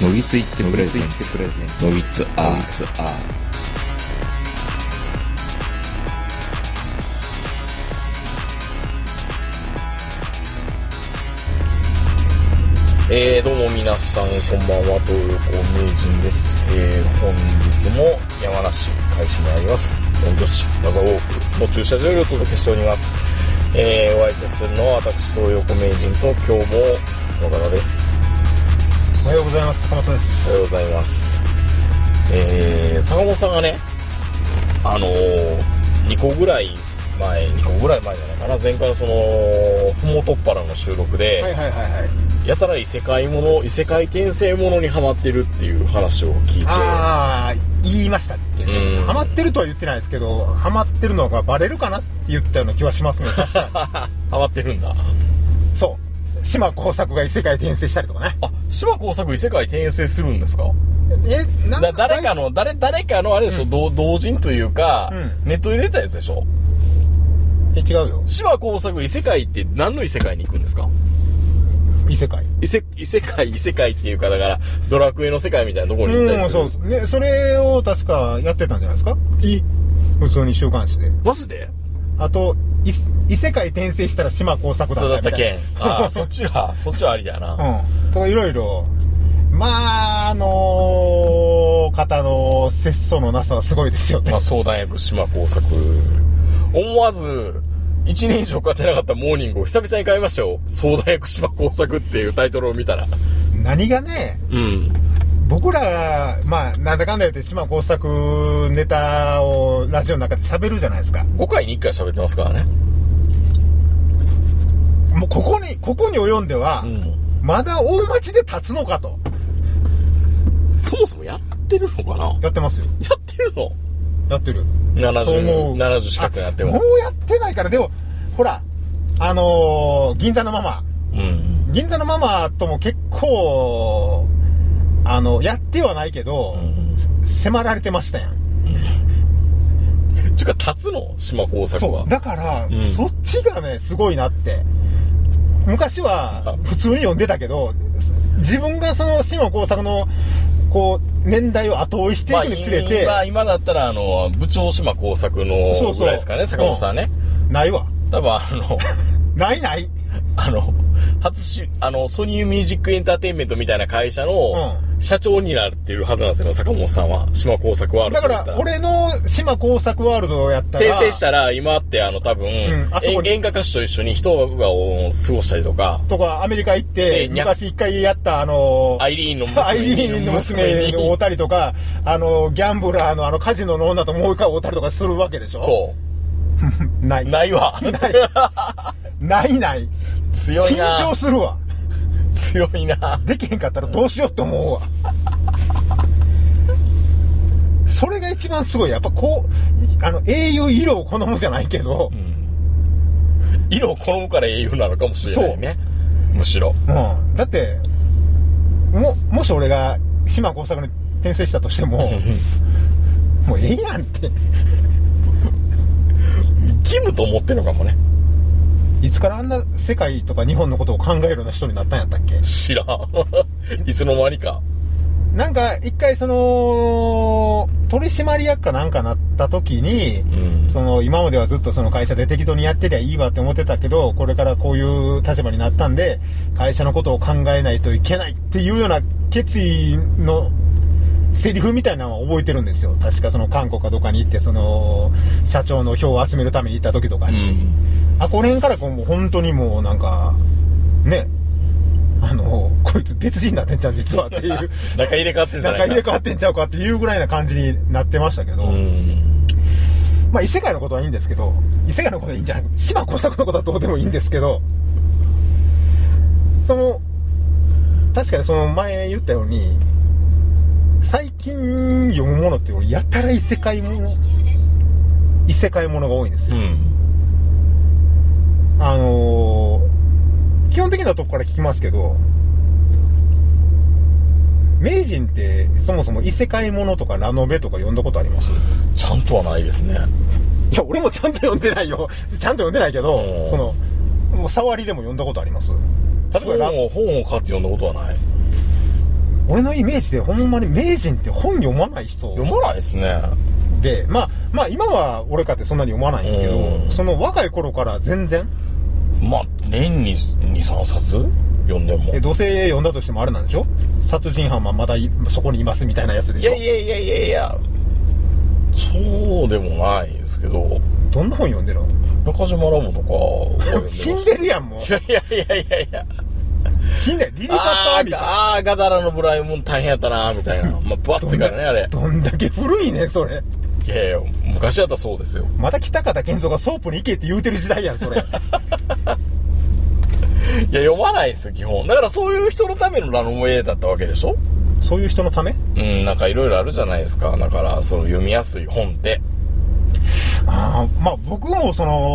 のぎついってプレゼンツのぎつアー。 どうも皆さんこんばんは、東横名人です。本日も山梨開始にあります本拠地ラザウォークの駐車場よりお届けしております。お相手するのは私東横名人と、今日もこの方です。 おはようございます。坂本です。 おはようございます。坂本さんがね、2個ぐらい前じゃないかな、前回のそのふもとっぱらの収録で、やたら異世界転生ものにハマってるっていう話を聞いて、 言いましたっけ、ハマってるとは言ってないですけど、ハマってるのがバレるかなって言ったような気はしますね。確かにハマってるんだ。そう、 島耕作が異世界転生したりとかね。 島耕作異世界転生するんですか？誰かのあれでしょ、同人というか、ネットで出たやつでしょ？ 違うよ。 島耕作異世界って何の異世界に行くんですか？異世界っていうか、だからドラクエの世界みたいなところに行ったりする。 そうね、それを確かやってたんじゃないですか？普通に週刊誌で。 マジで？ あと異世界転生したら島耕作だったみたいな。 そっちはありだな。 とかいろいろ、方の節操のなさはすごいですよね。 相談役島耕作、思わず1年以上買ってなかったモーニングを久々に買いましたよ。相談役島耕作っていうタイトルを見たら。 何がね、僕ら、なんだかんだ言って島耕作ネタをラジオの中で喋るじゃないですか。 5回に1回喋ってますからね。 もうここに及んでは、まだ大町で立つのかと。 そもそもやってるのかな？ やってますよ。 やってるの？ やってる。 70近くやっても。 もうやってないから、でも、ほら、銀座のママ。銀座のママとも結構、やってはないけど、迫られてましたやん。 ちゅうか、立つの？島耕作は。 そう。だから、そっちがね、すごいなって。昔は、普通に読んでたけど、自分がその島耕作の、年代を後追いしていくにつれて、 今だったら部長島耕作のぐらいですかね、坂本さんね。 ないわ。 多分ない。 ソニーミュージックエンターテインメントみたいな会社の社長になっているはずなんですよ、坂本さんは。島耕作ワールド。 だから、俺の島耕作ワールドをやったら。 訂正したら、今って多分、演歌歌手と一緒に人が過ごしたりとか。 アメリカ行って、昔一回やったアイリーンの娘に会うたりとか、ギャンブラーのカジノの女ともう一回会うたりとかするわけでしょ？そう。 ないわ。 ない。 強いな。 緊張するわ。 強いな。 できへんかったらどうしようって思うわ。それが一番すごい。やっぱ英雄色を好むじゃないけど、 色を好むから英雄なのかもしれないね。むしろ。 だって、もし俺が島耕作に転生したとしても、もうええやんって。 義務と思ってるのかもね。 いつからあんな世界とか日本のことを考えるような人になったんやったっけ？ 知らん。いつの間にか。 なんか一回取締役かなんかなった時に、今まではずっとその会社で適当にやってりゃいいわって思ってたけど、これからこういう立場になったんで会社のことを考えないといけないっていうような決意のセリフみたいなのは覚えてるんですよ。確か韓国かどっかに行って社長の票を集めるために行った時とかに、この辺からもう本当にもうなんかね、こいつ別人になってんちゃう実はっていう中入れ替わってんじゃないか、 中入れ替わってんちゃうかっていうぐらいな感じになってましたけど、異世界のことはいいんですけど、異世界のことはいいんじゃない、島耕作のことはどうでもいいんですけど、確かに前言ったように最近読むものって俺やたら異世界ものが多いんですよ。基本的なとこから聞きますけど、名人ってそもそも異世界ものとかラノベとか読んだことあります？ ちゃんとはないですね。 いや、俺もちゃんと読んでないよ。ちゃんと読んでないけど、もう触りでも読んだことあります？ 例えば本を買って読んだことはない。 俺のイメージでほんまに名人って本読まない人読まないですね。 で、まあ今は俺かってそんなに読まないんですけど、その若い頃から全然。 まあ、年に2、3冊読んでも。 どうせ読んだとしてもあれなんでしょ？殺人犯はまだそこにいますみたいなやつでしょ？ いや、そうでもないですけど。 どんな本読んでるの？ 中島ラボとか死んでるやん、もう。 いや。 死んでる。リリパッパーみたいな。 ガダラのブライム大変やったなみたいな。まあ、分厚いからね、あれ。 どんだけ古いね、それ。 いや、昔だったらそうですよ。 また北方健三がソープに行けって言うてる時代やん、それ。 いや、読まないですよ、基本。だからそういう人のためのラノベだったわけでしょ？ そういう人のため？ なんかいろいろあるじゃないですか。だから、読みやすい本って。 まあ僕も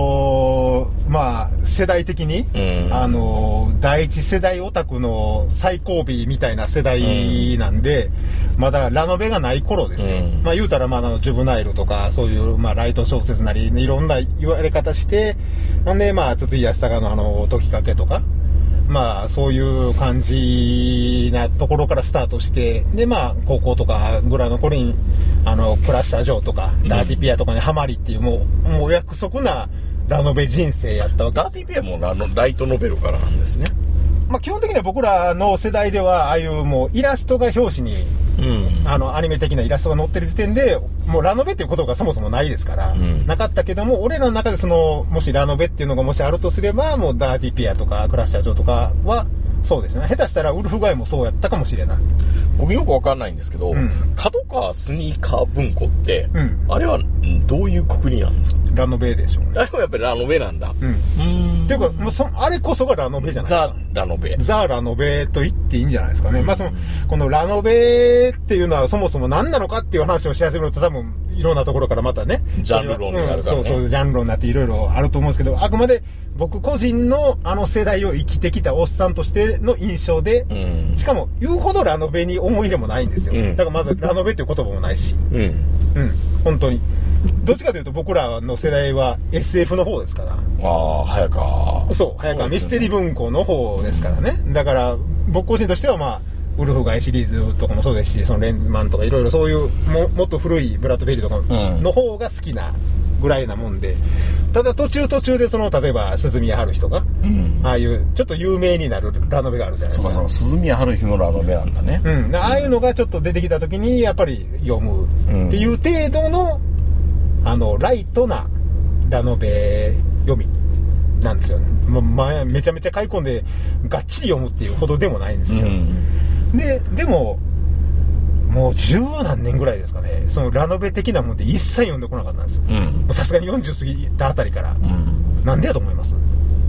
世代的に、第一世代オタクの最後尾みたいな世代なんで、まだラノベがない頃ですよ。まあ言うたらジュブナイルとか、そういうライト小説なり、いろんな言われ方して、なんで筒井康隆の時かけとか、まあそういう感じなところからスタートして、で高校とかグラノコリン、クラッシャー・ジョーとか、ダーティピアとかにハマりっていうもうお約束なラノベ人生やったわけです。 ダーティピアもライトノベルからなんですね。 まあ基本的には僕らの世代ではああいうもうイラストが表紙に、アニメ的なイラストが載ってる時点でもうラノベっていうことがそもそもないですから、なかったけども、俺らの中でもしラノベっていうのがもしあるとすれば、もうダーティピアとかクラッシャー・ジョーとかはそうですね。下手したらウルフガイもそうやったかもしれない。 僕よくわかんないんですけど、角川スニーカー文庫って、あれはどういうくくりなんですか？ ラノベでしょうね。 あれはやっぱりラノベなんだ。 っていうか、もうあれこそがラノベじゃないですか。 ザ・ラノベ。 ザ・ラノベと言っていいんじゃないですかね。このラノベっていうのはそもそも何なのかっていう話をし始めると多分いろんなところからまたね。 ジャンル論になるからね。 そう、ジャンル論になっていろいろあると思うんですけど、あくまで僕個人の世代を生きてきたおっさんとしての印象で、しかも言うほどラノベに思い入れもないんですよ。だからまずラノベっていう言葉もないし。本当に。どっちかというと僕らの世代は SF の方ですから。 早川。 そう、早川ミステリー文庫の方ですからね。だから僕個人としてはウルフガイシリーズとかもそうですし、そのレンズマンとかいろいろそういうもっと古いブラッドベリーとかの方が好きなぐらいなもんで、ただ途中で例えば鈴宮春日とか、ああいうちょっと有名になるラノベがあるじゃないですか。 そう鈴宮春日のラノベなんだね。 ああいうのがちょっと出てきた時にやっぱり読むっていう程度のライトなラノベ読みなんですよね。めちゃめちゃ買い込んでがっちり読むっていうほどでもないんですけど、でももう十何年ぐらいですかね、そのラノベ的なもんで一切読んでこなかったんですよ。さすがに40過ぎたあたりから、なんでやと思います？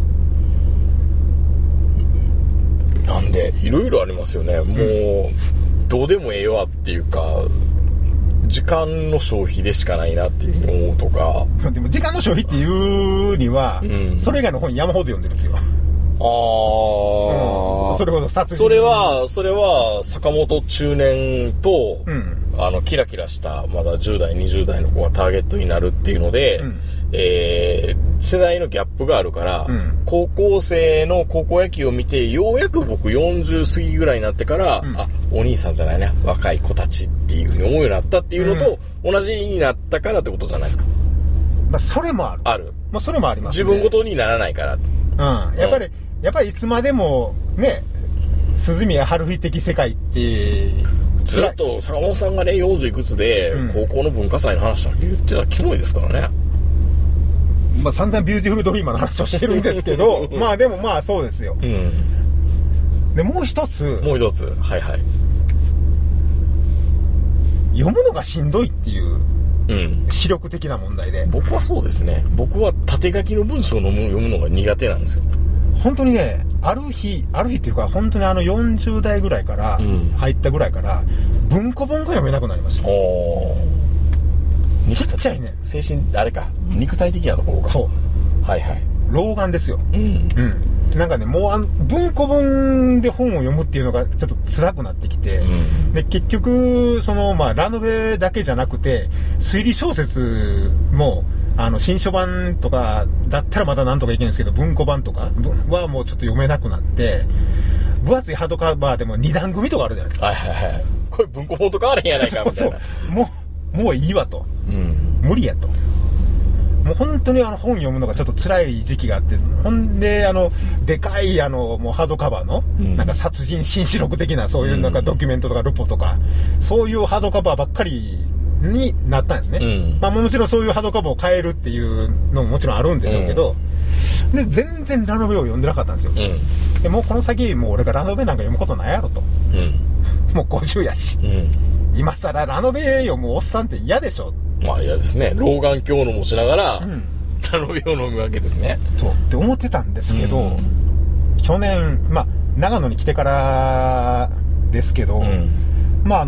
なんでいろいろありますよね。もうどうでもええわっていうか、時間の消費でしかないなっていうふうに思うとか。 でも時間の消費っていうには、それ以外の本山ほど読んでるんですよ。それこそ殺人。 それは坂本中年と、キラキラしたまだ10代20代の子がターゲットになるっていうので、世代のギャップがあるから、高校生の高校野球を見て、ようやく僕40過ぎぐらいになってから、お兄さんじゃないね、若い子たちっていうふうに思うようになったっていうのと、同じになったからってことじゃないですか。 それもある。それもありますね。 自分ごとにならないから。 やっぱりいつまでもね、鈴宮春日的世界ってずっと坂本さんがね40いくつで、高校の文化祭の話だけ言ってたらキモいですからね。 散々ビューティフルドリーマーの話をしてるんですけどでもそうですよ。でもう一つ、 はいはい、 読むのがしんどいっていう視力的な問題で、 僕はそうですね。僕は縦書きの文章を読むのが苦手なんですよ。 本当にね、ある日っていうか、本当に40代ぐらいから、入ったぐらいから、文庫本が読めなくなりました。ちっちゃいね。 精神、あれか、肉体的なところか。 そう。 はいはい。 老眼ですよ。なんかね、もう文庫本で本を読むっていうのがちょっと辛くなってきて、で、結局、ラノベだけじゃなくて、推理小説も、新書版とかだったらまだなんとかいけるんですけど、文庫版とかはもうちょっと読めなくなって、 分厚いハードカバーでも2段組とかあるじゃないですか。 はいはいはい。これ文庫本と変われへんやないかみたいな。 そうもういいわと。 うん。 無理やと。もう本当に本読むのがちょっと辛い時期があって、ほんででかいもうハードカバーの、なんか殺人紳士録的なそういうなんかドキュメントとかルポとか、そういうハードカバーばっかりになったんですね。まあもちろんそういうハードカバーを変えるっていうのももちろんあるんでしょうけど、で全然ラノベを読んでなかったんですよ。でもうこの先もう俺がラノベなんか読むことないやろと。もう50やし、今更ラノベ読むおっさんって嫌でしょ。 まあ嫌ですね。老眼鏡の持ちながら、ラノベを飲むわけですね。 そうって思ってたんですけど、去年まあ長野に来てからですけど、まあ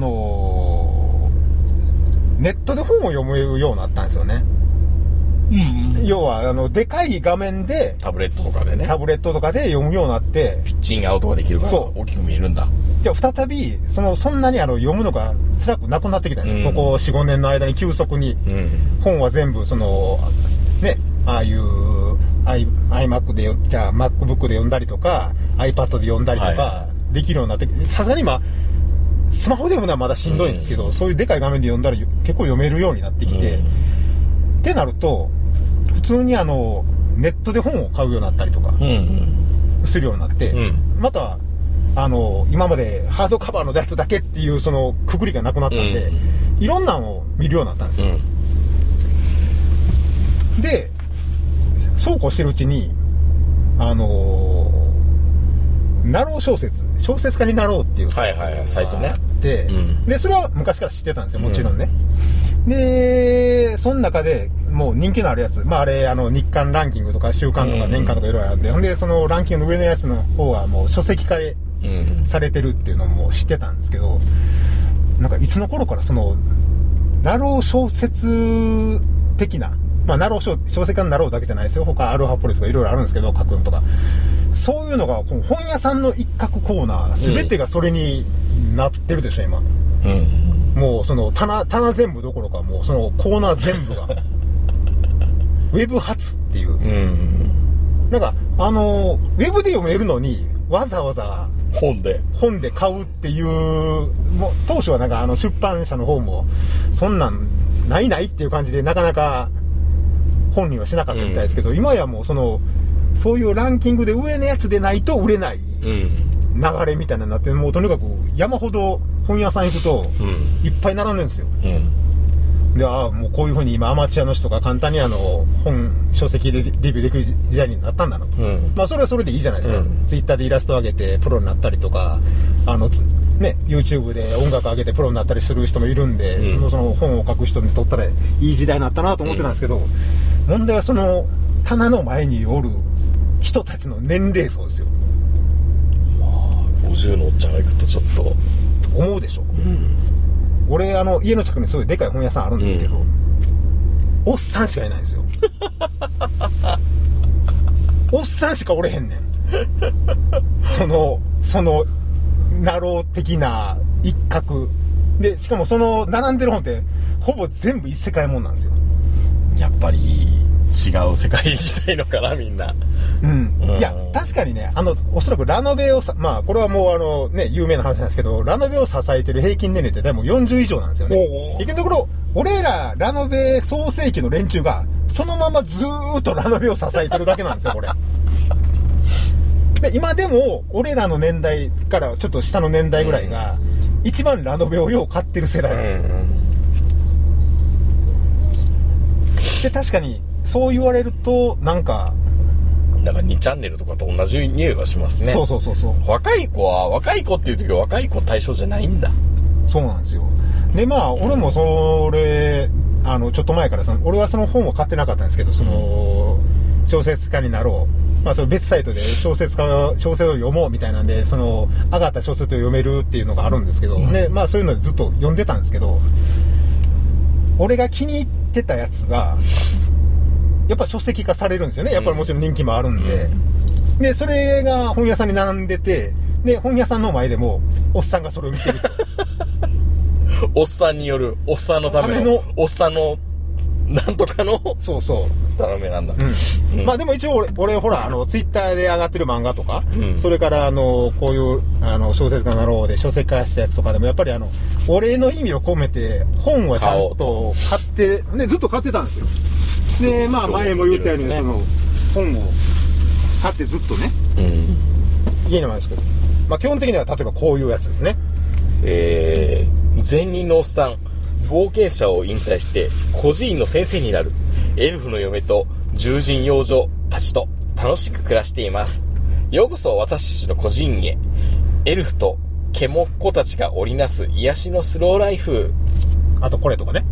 ネットで本を読むようになったんですよね。要はでかい画面でタブレットとかでね、 タブレットとかで読むようになって、 ピッチングアウトができるから大きく見えるんだ。 じゃあ再びそんなに読むのが辛くなくなってきたんですよ、ここ 4,5 年の間に急速に、本は全部ね、ああいう iMac でじゃあ MacBook で読んだりとか iPad で読んだりとかできるようになって、さすがにスマホで読むのはまだしんどいんですけど、そういうでかい画面で読んだら結構読めるようになってきて、ってなると普通にネットで本を買うようになったりとかするようになって、また今までハードカバーのやつだけっていうそのくくりがなくなったんで、いろんなのを見るようになったんですよ。でそうこうしてるうちにナロー小説家になろうっていうサイトね。 で、それは昔から知ってたんですよ、もちろんね。でその中でもう人気のあるやつ、まああれ日刊ランキングとか週刊とか年間とかいろいろあるんで、ほんでそのランキングの上のやつの方はもう書籍化されてるっていうのも知ってたんですけど、なんかいつの頃からそのナロー小説的な、まあナロー小説家になろうだけじゃないですよ、他アルファポリスとかいろいろあるんですけど、書くのとかそういうのがこの本屋さんの一角コーナー全てがそれになってるでしょ今。もうその棚全部どころか、もうそのコーナー全部がウェブ発っていう、なんかウェブで読めるのにわざわざ本で買うっていう、もう当初はなんか出版社の方もそんなんないっていう感じでなかなか本にはしなかったみたいですけど、今やもうそういうランキングで上のやつでないと売れない流れみたいなのになって、もうとにかく山ほど本屋さん行くといっぱい並んでるんですよ。でもうこういう風に今アマチュアの人が簡単に書籍でデビューできる時代になったんだなと、まあそれはそれでいいじゃないですか。ツイッターでイラスト上げてプロになったりとか、ね、YouTube で音楽上げてプロになったりする人もいるんで、もうその本を書く人にとったらいい時代になったなと思ってたんですけど、問題はその棚の前におる人たちの年齢層ですよ。 まあ50のおっちゃんが行くとちょっと思うでしょ。俺家の近くにすごいでかい本屋さんあるんですけど、おっさんしかいないんですよ。おっさんしかおれへんねん。そのナロー的な一角で、しかもその並んでる本ってほぼ全部一世界もんなんですよ。 やっぱり違う世界に行きたいのかな、みんな。 いや確かにね、おそらくラノベをまあこれはもうね有名な話なんですけど、ラノベを支えてる平均年齢ってでも40以上なんですよね。結局のところ俺らラノベ創世期の連中がそのままずーっとラノベを支えてるだけなんですよこれ。で今でも俺らの年代からちょっと下の年代ぐらいが一番ラノベをよう買ってる世代なんですよ。で確かにそう言われるとなんか 2チャンネルとかと同じ匂いがしますね。 そう若い子っていう時は若い子対象じゃないんだ。 そうなんですよ。でまあ俺もそれちょっと前から俺はその本を買ってなかったんですけど、その小説家になろう、まあその別サイトで小説を読もうみたいなんで、その上がった小説を読めるっていうのがあるんですけど、でまあそういうのでずっと読んでたんですけど、俺が気に入ってたやつがやっぱ書籍化されるんですよね。やっぱりもちろん人気もあるんで、でそれが本屋さんに並んでて、で本屋さんの前でもおっさんがそれを見てるとおっさんによるおっさんのためのおっさんのなんとかのそうそう。 頼めなんだ。 まあでも一応俺ほら、ツイッターで上がってる漫画とか、それからこういう、小説家なろうで書籍化したやつとかでも、やっぱりお礼の意味を込めて、本はちゃんと買って、ね、ずっと買ってたんですよ。で、まあ前も言ったように、本を買ってずっとね、家にもあるんですけど、まあ基本的には例えばこういうやつですね。 前任のおっさん、冒険者を引退して孤児院の先生になるエルフの嫁と獣人幼女たちと楽しく暮らしています。ようこそ私たちの孤児院へ。エルフとケモッコたちが織りなす癒しのスローライフ。 あとこれとかね。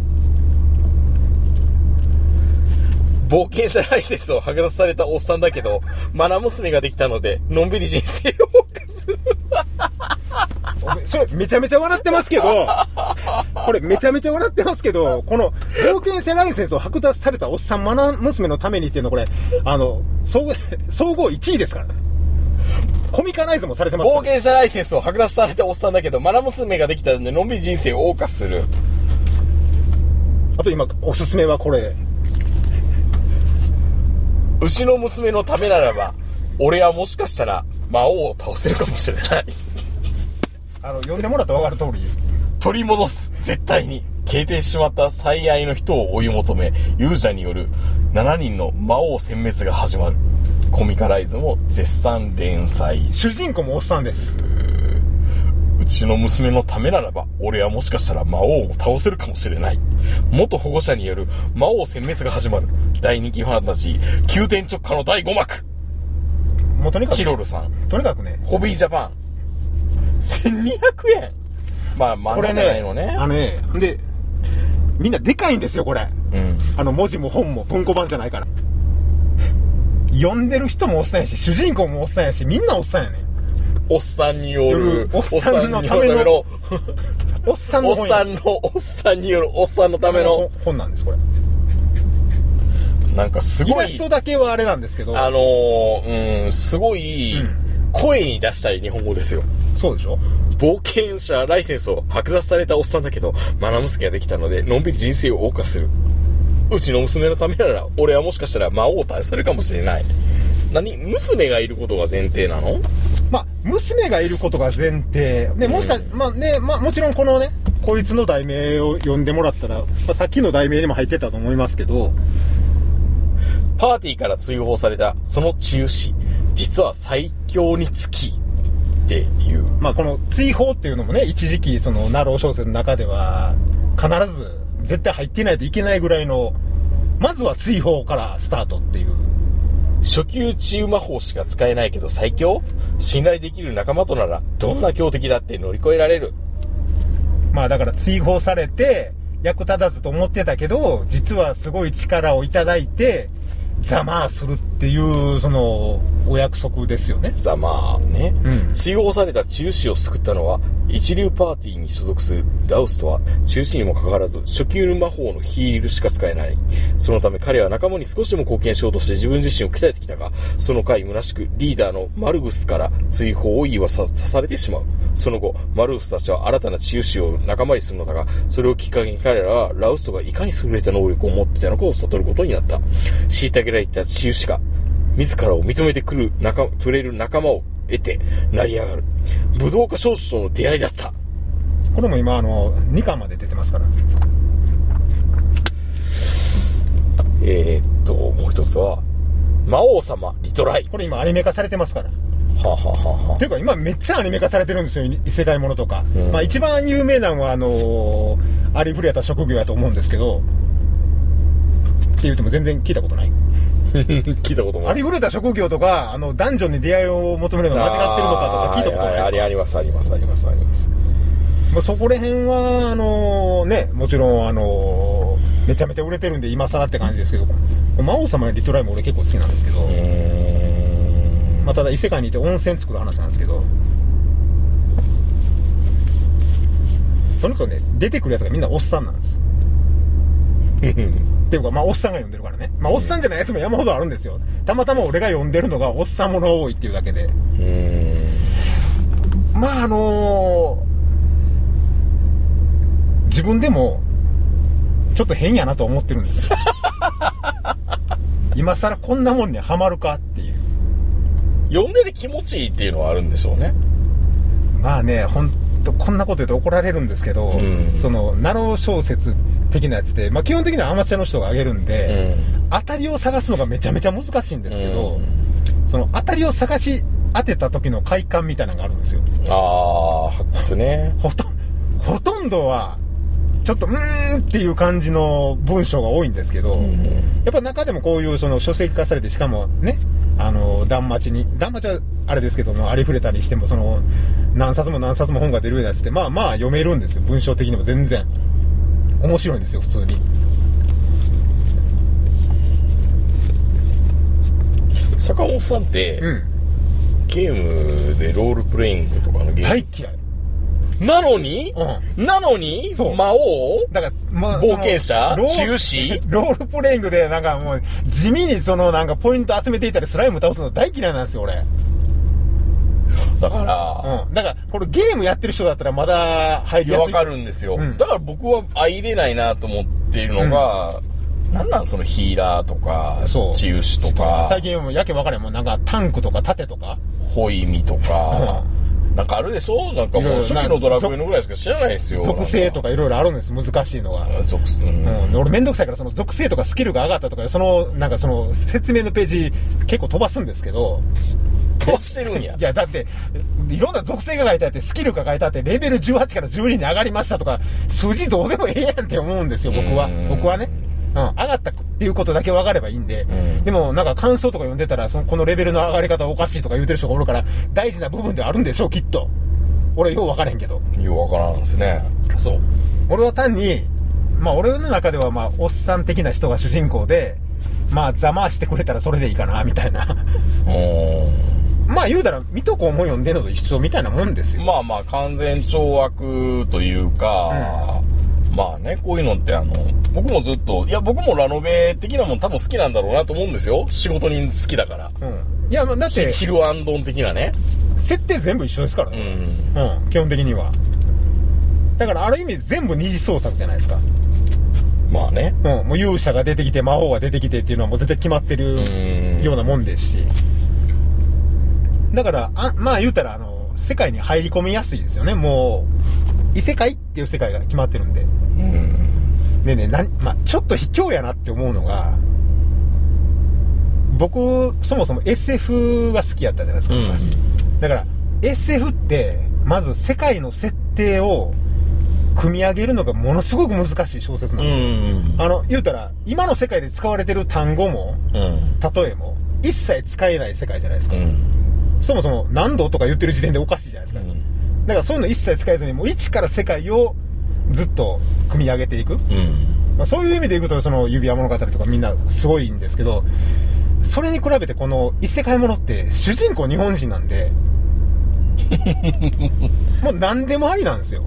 冒険者ライセンスを剥奪されたおっさんだけどマナ娘ができたのでのんびり人生を謳歌する。 それめちゃめちゃ笑ってますけど、これめちゃめちゃ笑ってますけど、この冒険者ライセンスを剥奪されたおっさんマナ娘のためにっていうのこれ総合1位ですからね。コミカライズもされてますから、 冒険者ライセンスを剥奪されたおっさんだけどマナ娘ができたのでのんびり人生を謳歌する。 あと今おすすめはこれ、 牛の娘のためならば俺はもしかしたら魔王を倒せるかもしれない。 読んでもらったら分かる通り取り戻す、絶対に消えてしまった最愛の人を追い求め勇者による7人の魔王殲滅が始まる。コミカライズも絶賛連載。 主人公もおっさんです。 うちの娘のためならば俺はもしかしたら魔王を倒せるかもしれない。元保護者による魔王殲滅が始まる。大人気ファンタジー急転直下の第5幕。 もうとにかくチロルさん、 とにかくね、 ホビージャパン1200円。まあ漫画じゃないのね。 でみんなでかいんですよこれ、文字も本も文庫版じゃないから。読んでる人もおっさんやし、主人公もおっさんやし、みんなおっさんやねん。 おっさんによるおっさんのためのおっさんの本や。 おっさんによるおっさんのための本なんですこれ。 なんかすごいイラストだけはあれなんですけど、 すごい声に出したい日本語ですよ。 そうでしょ。 冒険者ライセンスを剥奪されたおっさんだけどマナ娘ができたのでのんびり人生を謳歌する。うちの娘のためなら俺はもしかしたら魔王を倒せるかもしれない。娘がいることが前提なの？ まあ娘がいることが前提で、もしかもちろんこのね、こいつの題名を読んでもらったら、さっきの題名にも入ってたと思いますけど、 パーティーから追放されたその治癒士、実は最強につきっていう。 まあこの追放っていうのもね、一時期そのナロー小説の中では必ず絶対入っていないといけないぐらいの、まずは追放からスタートっていう。 初級治癒魔法しか使えないけど最強？信頼できる仲間とならどんな強敵だって乗り越えられる。 まあだから追放されて役立たずと思ってたけど、実はすごい力をいただいてざまあするっていうそのお約束ですよね。 ざまあね、追放された治癒士を救ったのは一流パーティーに所属するラウスとは治癒士にもかかわらず初級魔法のヒールしか使えない。そのため彼は仲間に少しでも貢献しようとして自分自身を鍛えてきたが、その回虚しくリーダーのマルグスから追放を言わされてしまう。その後マルグスたちは新たな治癒士を仲間にするのだが、それをきっかけに彼らはラウスとがいかに優れた能力を持っていたのかを悟ることになった。虐げられた治癒士が自らを認めてくれる仲間を得て成り上がる武道家少女との出会いだった。 これも今2巻まで出てますから。 もう一つは魔王様リトライ。 これ今アニメ化されてますから。ていうか今めっちゃアニメ化されてるんですよ、異世界ものとか。まあ一番有名なのはありふれた職業やと思うんですけど、って言っても全然聞いたことない。 聞いたこともない。 ありふれた職業とか男女に出会いを求めるのが間違ってるのかとか聞いたことないですか？ あります。 まあ、そこら辺はもちろんめちゃめちゃ売れてるんで今更って感じですけど、魔王様のリトライも俺結構好きなんですけど、まあ、ただ異世界にいて温泉作る話なんですけど、とにかくね、出てくるやつがみんなおっさんなんです。っていうか、まあおっさんが読んでるからね。まあおっさんじゃないやつも山ほどあるんですよ。たまたま俺が読んでるのがおっさんもの多いっていうだけで。まあ自分でもちょっと変やなと思ってるんですよ。今更こんなもんにハマるかっていう。 読んでて気持ちいいっていうのはあるんでしょうね。 まあね、ほんとこんなこと言うと怒られるんですけど、そのナロ小説的なやつで、まあ基本的にはアマチュアの人が上げるんで、当たりを探すのがめちゃめちゃ難しいんですけど、その当たりを探し当てた時の快感みたいなのがあるんですよ。 発掘ね。 ほとんどはちょっとっていう感じの文章が多いんですけど、やっぱ中でもこういうその書籍化されて、しかもね、断末はあれですけども、ありふれたりしても、その何冊も本が出るやつって、まあまあ読めるんですよ。文章的にも全然面白いんですよ、普通に。 坂本さんって、ゲームでロールプレイングとかのゲーム大嫌いなのに、魔王だから、 冒険者中止ロールプレイングでなんかもう地味にそのなんかポイント集めていたりスライム倒すの大嫌いなんですよ、俺。 だから、 だからこれゲームやってる人だったらまだ入りやすい。 わかるんですよ。だから僕は入れないなと思っているのが、なんなんそのヒーラーとか、治癒士とか。 最近もやけ分かれんもん、なんかタンクとか盾とか。 ホイミとか。なんかあるでしょ、なんかもう初期のドラクエのぐらいしか知らないですよ。 属性とかいろいろあるんです、難しいのが。俺めんどくさいからその属性とかスキルが上がったとか、なんかその説明のページ結構飛ばすんですけど。 飛ばしてるんや。 いや、だって、いろんな属性が書いてあって、スキルが書いてあって、レベル18から12に上がりましたとか、数字どうでもええやんって思うんですよ、僕はね。上がったっていうことだけ分かればいいんで、でもなんか感想とか読んでたらこのレベルの上がり方おかしいとか言うてる人がおるから、大事な部分ではあるんでしょう、きっと。俺よう分からへんけど。 よう分からんですね。 そう。俺は単に、まあ俺の中ではまあおっさん的な人が主人公で、まあざまあしてくれたらそれでいいかなみたいな。まあ言うたら水戸黄門読んでるのと一緒みたいなもんですよ。 まあまあ完全懲悪というか、まあね、こういうのって僕もずっと、いや僕もラノベ的なもん多分好きなんだろうなと思うんですよ。仕事人好きだから。 いや、まあだって。 ヒルアンドン的なね。 設定全部一緒ですからね。基本的には。だからある意味全部二次創作じゃないですか。 まあね。 もう勇者が出てきて魔王が出てきてっていうのはもう絶対決まってるようなもんですし。だからまあ言うたら世界に入り込みやすいですよね。もう異世界っていう世界が決まってるんで。でね、まあちょっと卑怯やなって思うのが、僕そもそも SF が好きやったじゃないですか、昔。だから SF ってまず世界の設定を組み上げるのがものすごく難しい小説なんですよ。言うたら今の世界で使われてる単語も、例えも一切使えない世界じゃないですか。そもそも何度とか言ってる時点でおかしいじゃないですか。だからそういうの一切使えずにもう一から世界をずっと組み上げていく。まあ、そういう意味でいくとその指輪物語とかみんなすごいんですけど、それに比べてこの異世界ものって主人公日本人なんでもう何でもありなんですよ。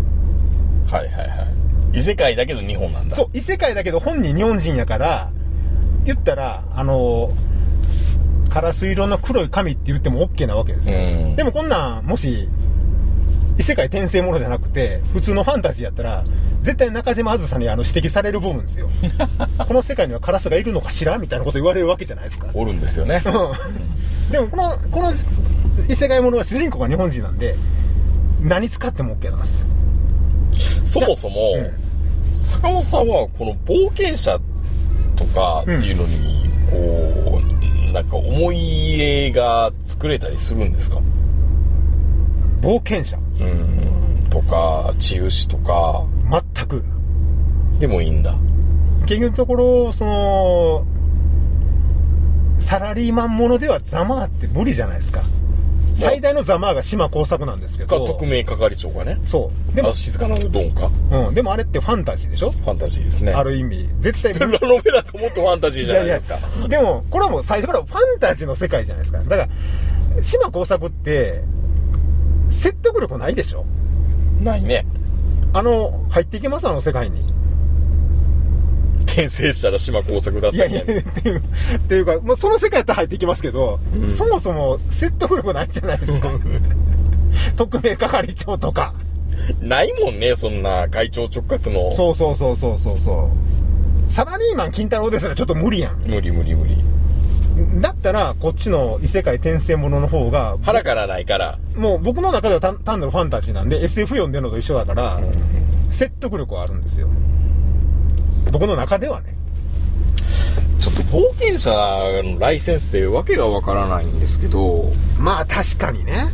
異世界だけど日本なんだ。 そう、異世界だけど本人日本人やから、言ったらカラス色の黒い髪って言っても OK なわけですよ。でもこんなんもし異世界転生ものじゃなくて普通のファンタジーやったら絶対中島あずさに指摘される部分ですよ。この世界にはカラスがいるのかしらみたいなこと言われるわけじゃないですか。 おるんですよね。 でもこの異世界ものは主人公が日本人なんで何使っても OK なんです。 そもそも、坂本さんはこの冒険者とかっていうのにこう、なんか思い入れが作れたりするんですか？ 冒険者とか治癒士とか全くでもいいんだ。 結局のところそのサラリーマンものではザマーって無理じゃないですか。最大のザマーが島耕作なんですけど、 特命係長がね。 そうでも静かなうどんか。 でもあれってファンタジーでしょ。 ファンタジーですね。 ある意味絶対ラノベなんかもっとファンタジーじゃないですか。 いやでもこれはもう最初からファンタジーの世界じゃないですか。だから島耕作って説得力ないでしょ。 ないね。 入っていけます世界に。 転生したら島耕作だったみたいな。 っていうか、まあ、その世界やったら入っていきますけど、そもそも説得力ないじゃないですか。特命係長とか。 ないもんね、そんな会長直轄の。 そう。サラリーマン金太郎ですらちょっと無理やん。 無理。 だったら、こっちの異世界転生ものの方が、 腹からないから。 もう僕の中では単なるファンタジーなんで、SF 読んでるのと一緒だから、説得力はあるんですよ。僕の中ではね。 ちょっと冒険者のライセンスってわけがわからないんですけど。 まあ確かにね。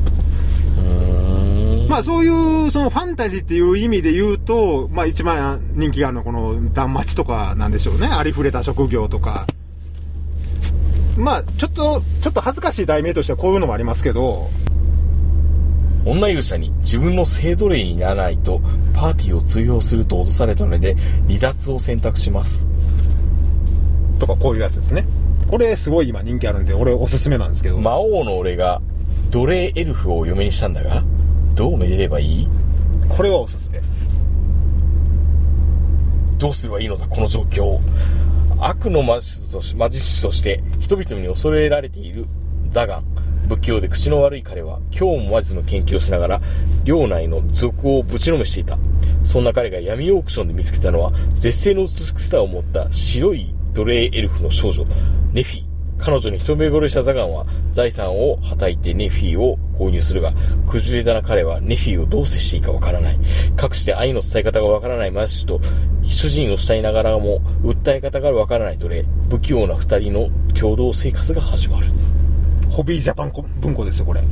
まあそういうそのファンタジーっていう意味で言うと、まあ一番人気があるのはこの断末とかなんでしょうね。ありふれた職業とか。まあちょっと恥ずかしい題名としてはこういうのもありますけど、 女勇者に自分の性奴隷にならないとパーティーを通用すると脅されたので離脱を選択しますとかこういうやつですね。これすごい今人気あるんで俺おすすめなんですけど。 魔王の俺が奴隷エルフを嫁にしたんだがどうめでればいい？ これはおすすめ。 どうすればいいのだこの状況。悪の魔術師として人々に恐れられているザガン。不器用で口の悪い彼は今日も魔術の研究をしながら領内の賊をぶちのめしていた。そんな彼が闇オークションで見つけたのは絶世の美しさを持った白い奴隷エルフの少女ネフィ。彼女に一目惚れしたザガンは財産をはたいてネフィを購入するが、崩れたな彼はネフィをどう接していいかわからない。かくして愛の伝え方がわからない魔術師と主人を慕いながらも訴え方がわからない奴隷、不器用な二人の共同生活が始まる。 ホビージャパン文庫ですよこれ。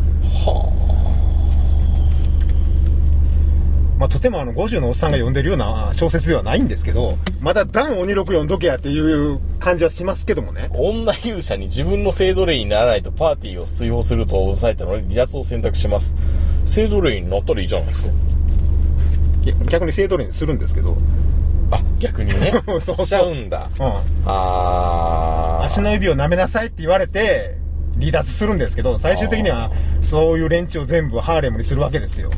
まあとても50のおっさんが読んでるような小説ではないんですけど、まだダン鬼六読んどけやっていう感じはしますけどもね。 女勇者に自分の性奴隷にならないとパーティーを追放すると脅されたので離脱を選択します。性奴隷になったらいいじゃないですか。 いや逆に性奴隷にするんですけど。 あ、逆にね。 そうしちゃうんだ。 足の指を舐めなさいって言われて離脱するんですけど、最終的にはそういう連中を全部ハーレムにするわけですよ。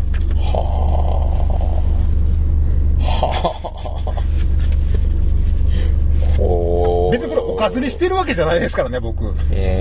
別にこれおかずにしてるわけじゃないですからね僕。なる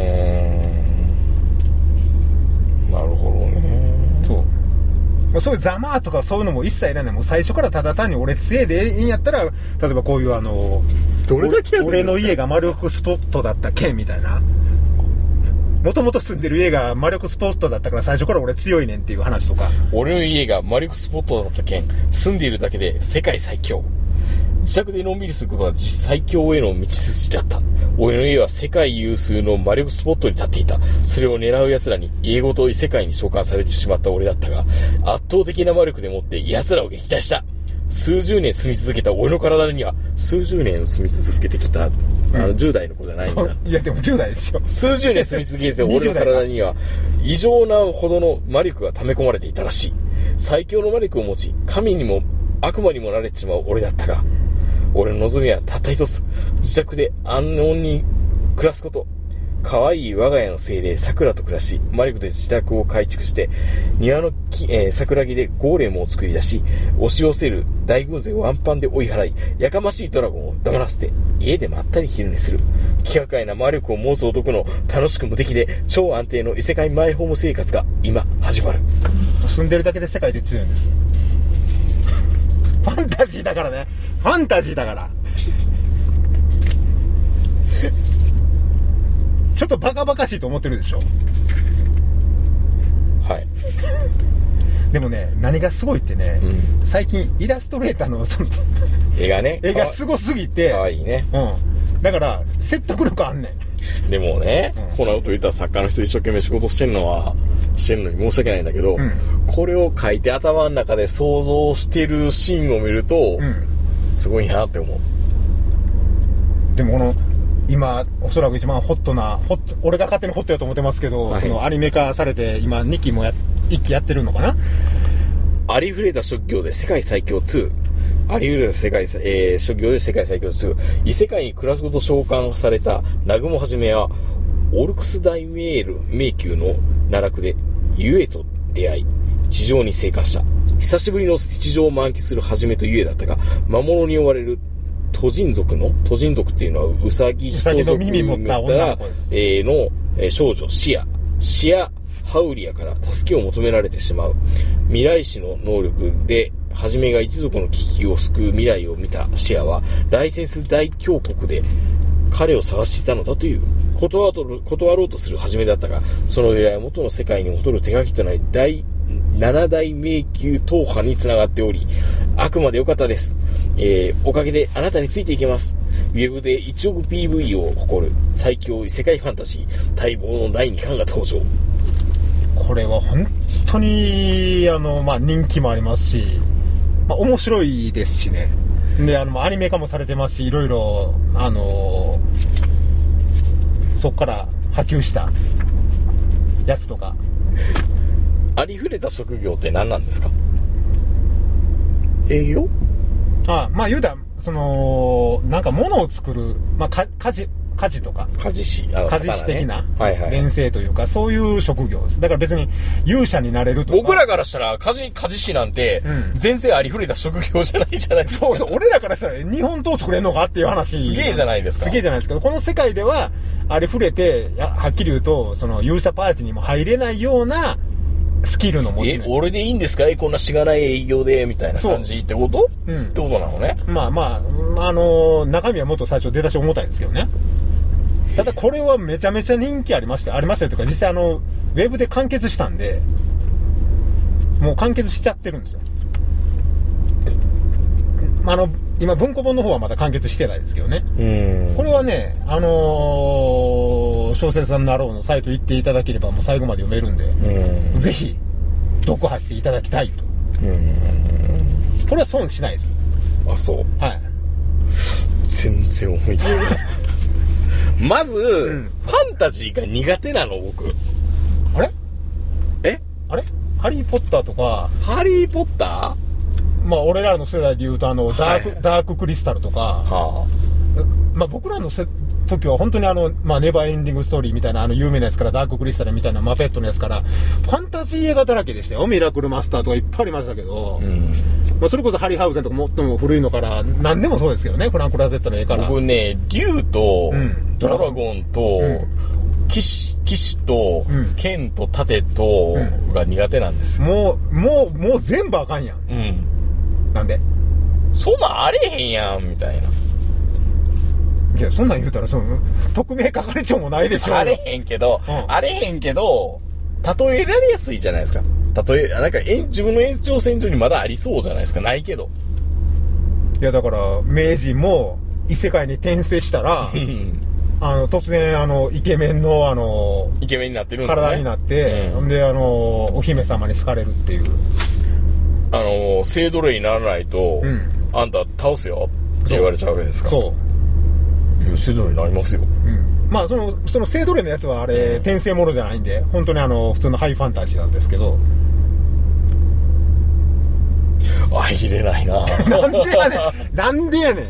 ほどね。 そういうざまとかそういうのも一切いらない。もう最初からただ単に俺強えでいいんやったら、例えばこういうどれだけ俺の家が魔力スポットだった件みたいな。もともと住んでる家が魔力スポットだったから最初から俺強いねんっていう話とか。 俺の家が魔力スポットだった件、住んでいるだけで世界最強。自宅でのんびりすることは最強への道筋だった。俺の家は世界有数の魔力スポットに立っていた。それを狙う奴らに家ごと異世界に召喚されてしまった俺だったが、圧倒的な魔力でもって奴らを撃退した。数十年住み続けた俺の体には、数十年住み続けてきた、10代の子じゃないんだ。 いやでも10代ですよ。 数十年住み続けて俺の体には、異常なほどの魔力が溜め込まれていたらしい。最強の魔力を持ち、神にも悪魔にもなれてしまう俺だったが、俺の望みはたった一つ。自宅で安穏に暮らすこと。可愛い我が家の精霊桜と暮らし、魔力で自宅を改築して、庭の桜木でゴーレムを作り出し、押し寄せる大軍勢をワンパンで追い払い、やかましいドラゴンを黙らせて、家でまったり昼寝する。気がかいな魔力を持つ男の楽しく無敵で超安定の異世界マイホーム生活が今始まる。 住んでるだけで世界で強いんです。ファンタジーだからね。ファンタジーだからちょっとバカバカしいと思ってるでしょ。 はいでもね、何がすごいってね、最近イラストレーターのその絵がすごすぎてかわいいね。 だから説得力あんねん。 でもね、こんなこと言ったら作家の人一生懸命仕事してんのに申し訳ないんだけど、これを書いて頭の中で想像してるシーンを見ると、すごいなって思う。 でもこの今おそらく一番ホットな俺が勝手にホットやと思ってますけど、そのアニメ化されて今2期も1期やってるのかな。 ありふれた職業で世界最強2。ありふれた職業で世界最強2。異世界に暮らすこと召喚された南雲はじめはオルクス大迷宮の奈落でユエと出会い地上に生還した。久しぶりの地上を満喫するはじめとユエだったが、魔物に追われるトジン族っていうのはウサギ人族の耳持った女の子です。 の少女シアハウリアから助けを求められてしまう。未来史の能力ではじめが一族の危機を救う未来を見たシアはライセンス大峡谷で彼を探していたのだという。断ろうとするはじめだったが、その依頼は元の世界に戻る手書きとなり第7大迷宮踏破につながっており、あくまでよかったです。おかげであなたについていけます。ウェブで1億 PV を誇る最強異世界ファンタジー待望の第2巻が登場。 これは本当に人気もありますし、面白いですしね。でアニメ化もされてますし、いろいろそこから波及したやつとか。 ありふれた職業って何なんですか？営業？ 言うたらなんか物を作る、家事とか家事師的な連成というか、そういう職業です。だから別に勇者になれるとか。 僕らからしたら家事師なんて全然ありふれた職業じゃないじゃないですか。 そう俺らからしたら日本刀作れんのかっていう話。 すげえじゃないですか。 すげえじゃないですけど、この世界ではありふれて、はっきり言うと勇者パーティーにも入れないようなスキルの持ち主。 俺でいいんですか？こんなしがない営業でみたいな感じってこと？ってことなのね。 中身はもっと最初出だし重たいんですけどね。ただこれはめちゃめちゃ人気ありましたよというか、実際ウェブで完結したんで、もう完結しちゃってるんですよ。今文庫本の方はまだ完結してないですけどね。これはね、小説家になろうのサイト行っていただければもう最後まで読めるんで、ぜひ読破していただきたいと。これは損しないです。 あ、そう。 はい。 全然思い出ない。まず、ファンタジーが苦手なの、僕。 あれハリーポッターとか。 ハリーポッター？ 俺らの世代で言うとダーククリスタルとか。僕らの時は本当にネバーエンディングストーリーみたいな有名なやつからダーククリスタルみたいなマペットのやつからファンタジー映画だらけでしたよ。ミラクルマスターとかいっぱいありましたけど、それこそハリーハウゼンとか最も古いのから何でもそうですけどね、フランク・ラゼットの絵から。 僕ね、竜と、ドラゴンと、騎士と、剣と盾とが苦手なんです。 もう全部あかんやん。なんでそんなんあれへんやんみたいな。 いや、そんなん言うたら匿名係長もないでしょ。 あれへんけど、例えられやすいじゃないですか。自分の延長線上にまだありそうじゃないですか。ないけど。 いや、だから名人も異世界に転生したら突然イケメンのイケメンになってるんですね。 体になって、でお姫様に好かれるっていう。 性奴隷にならないと、あんた倒すよって言われちゃうわけですか。そう。いや、性奴隷になりますよ。 その性奴隷のやつは転生ものじゃないんで、本当に普通のハイファンタジーなんですけど。 入れないな。 なんでやねん。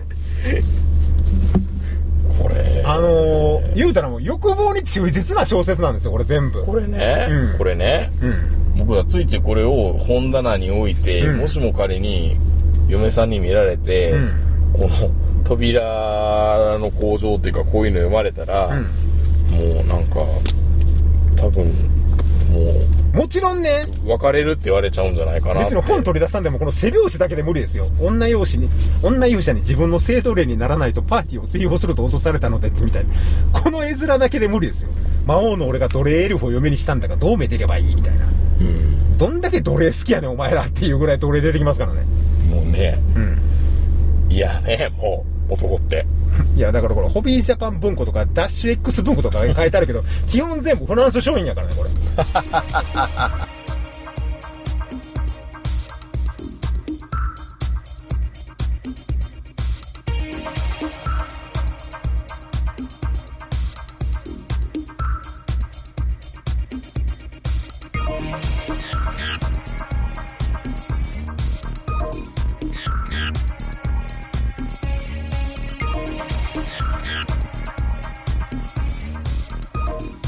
これ。 言うたらもう欲望に忠実な小説なんですよ、これ全部。 これね。僕はついついこれを本棚に置いて、もしも仮に嫁さんに見られて、この扉の工場っていうかこういうの読まれたら、もうなんか多分もちろんね、 別れるって言われちゃうんじゃないかなって。 別に本取り出さんでもこの背表紙だけで無理ですよ。女勇者に自分の性奴隷にならないとパーティーを追放すると脅されたのでってみたいな、この絵面だけで無理ですよ。魔王の俺が奴隷エルフを嫁にしたんだがどうめでればいいみたいな、どんだけ奴隷好きやねんお前らっていうぐらい奴隷出てきますからね。 もうね、いやね、もう男っていやだからこれホビージャパン文庫とかダッシュ X 文庫とか書いてあるけど基本全部フランス商品やからねこれ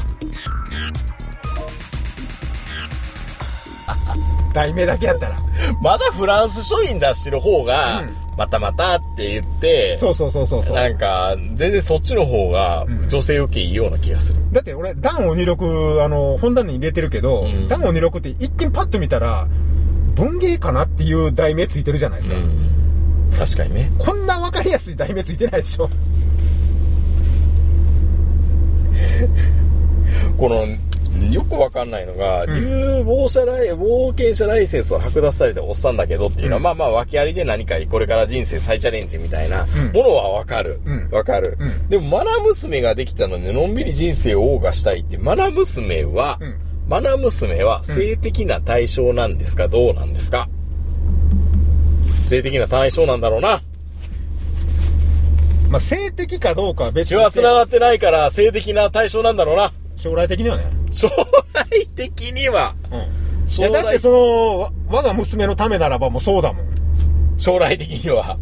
題名だけやったらまだフランス書院出してる方が、またまたって言って、 そう。 なんか、全然そっちの方が女性受けいいような気がする。 だって俺、ダン・オニロク、本棚に入れてるけど、ダン・オニロクって一見パッと見たら、文芸かなっていう題名ついてるじゃないですか。 確かにね。 こんなわかりやすい題名ついてないでしょ。 この、よくわかんないのが、冒険者ライセンスを剥奪されておっさんだけどっていうのは、まあまあ訳ありで何かこれから人生再チャレンジみたいなものはわかる。わかる。でもマナ娘ができたのでのんびり人生を謳歌したいって、マナ娘は性的な対象なんですか、どうなんですか？性的な対象なんだろうな。 まあ性的かどうかは別に。血は繋がってないから性的な対象なんだろうな。 将来的にはね。 将来的には。 いやだって我が娘のためならばもうそうだもん。 将来的には。